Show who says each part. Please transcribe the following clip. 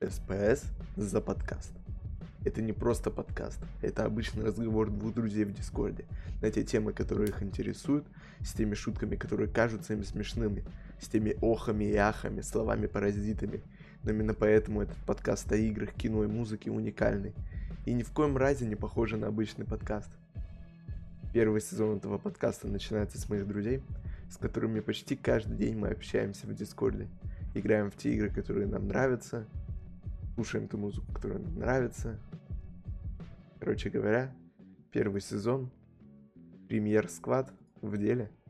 Speaker 1: СПС за подкаст. Это не просто подкаст, это обычный разговор двух друзей в Дискорде на те темы, которые их интересуют, с теми шутками, которые кажутся им смешными, с теми охами и ахами, словами-паразитами. Но именно поэтому этот подкаст о играх, кино и музыке уникальный и ни в коем разе не похожий на обычный подкаст. Первый сезон этого подкаста начинается с моих друзей, с которыми почти каждый день мы общаемся в Дискорде, играем в те игры, которые нам нравятся, слушаем ту музыку, которая нам нравится. Короче говоря, первый сезон, премьер-сквад в деле.